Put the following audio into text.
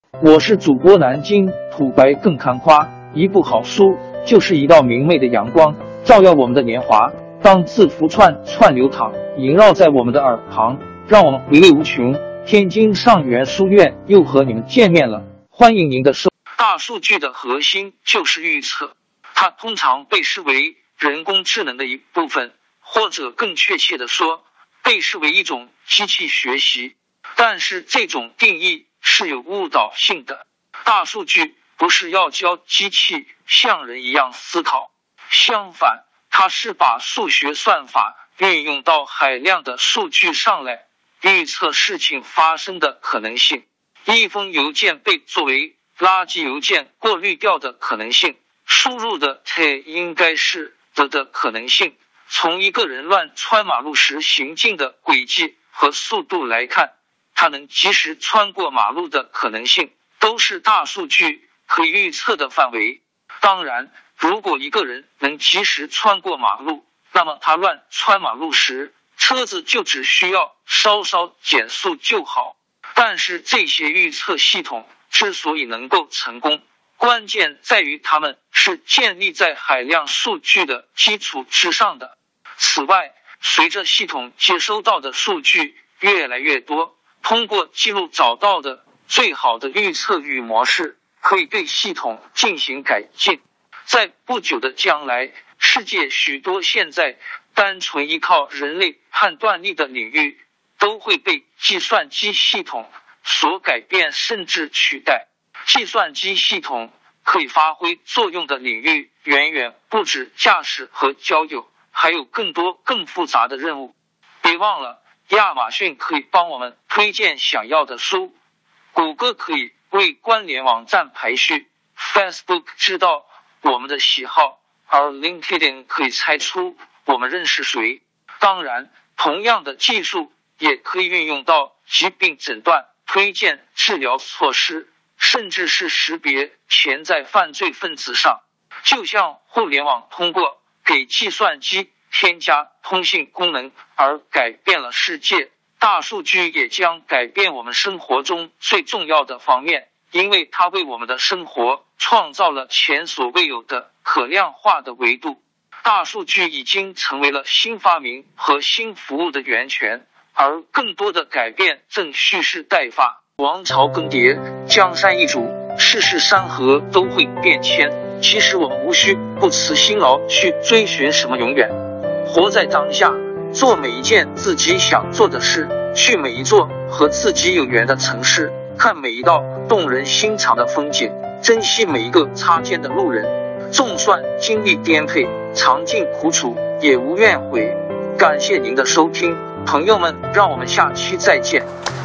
我是主播南京土白更看花，一部好书就是一道明媚的阳光，照耀我们的年华。当字符串串流淌，萦绕在我们的耳旁，让我们回味无穷。天津上元书院又和你们见面了，欢迎您的收。大数据的核心就是预测，它通常被视为人工智能的一部分，或者更确切地说，被视为一种机器学习。但是这种定义是有误导性的。大数据不是要教机器像人一样思考，相反，它是把数学算法运用到海量的数据上来，预测事情发生的可能性。一封邮件被作为垃圾邮件过滤掉的可能性，输入的 t 应该是的可能性，从一个人乱穿马路时行进的轨迹和速度来看，他能及时穿过马路的可能性，都是大数据可以预测的范围。当然，如果一个人能及时穿过马路，那么他乱穿马路时，车子就只需要稍稍减速就好。但是这些预测系统之所以能够成功，关键在于它们是建立在海量数据的基础之上的。此外，随着系统接收到的数据越来越多，通过记录找到的最好的预测与模式，可以对系统进行改进。在不久的将来，世界许多现在单纯依靠人类判断力的领域，都会被计算机系统所改变甚至取代。计算机系统可以发挥作用的领域远远不止驾驶和交友，还有更多更复杂的任务。别忘了，亚马逊可以帮我们推荐想要的书，谷歌可以为关联网站排序， Facebook 知道我们的喜好，而 LinkedIn 可以猜出我们认识谁。当然，同样的技术也可以运用到疾病诊断、推荐治疗措施，甚至是识别潜在犯罪分子上。就像互联网通过给计算机添加通信功能而改变了世界，大数据也将改变我们生活中最重要的方面，因为它为我们的生活创造了前所未有的可量化的维度。大数据已经成为了新发明和新服务的源泉，而更多的改变正蓄势待发。王朝更迭，江山易主，世事山河都会变迁。其实我们无需不辞辛劳去追寻什么永远，活在当下，做每一件自己想做的事，去每一座和自己有缘的城市，看每一道动人心肠的风景，珍惜每一个擦肩的路人。纵算经历颠沛，尝尽苦楚，也无怨悔。感谢您的收听，朋友们，让我们下期再见。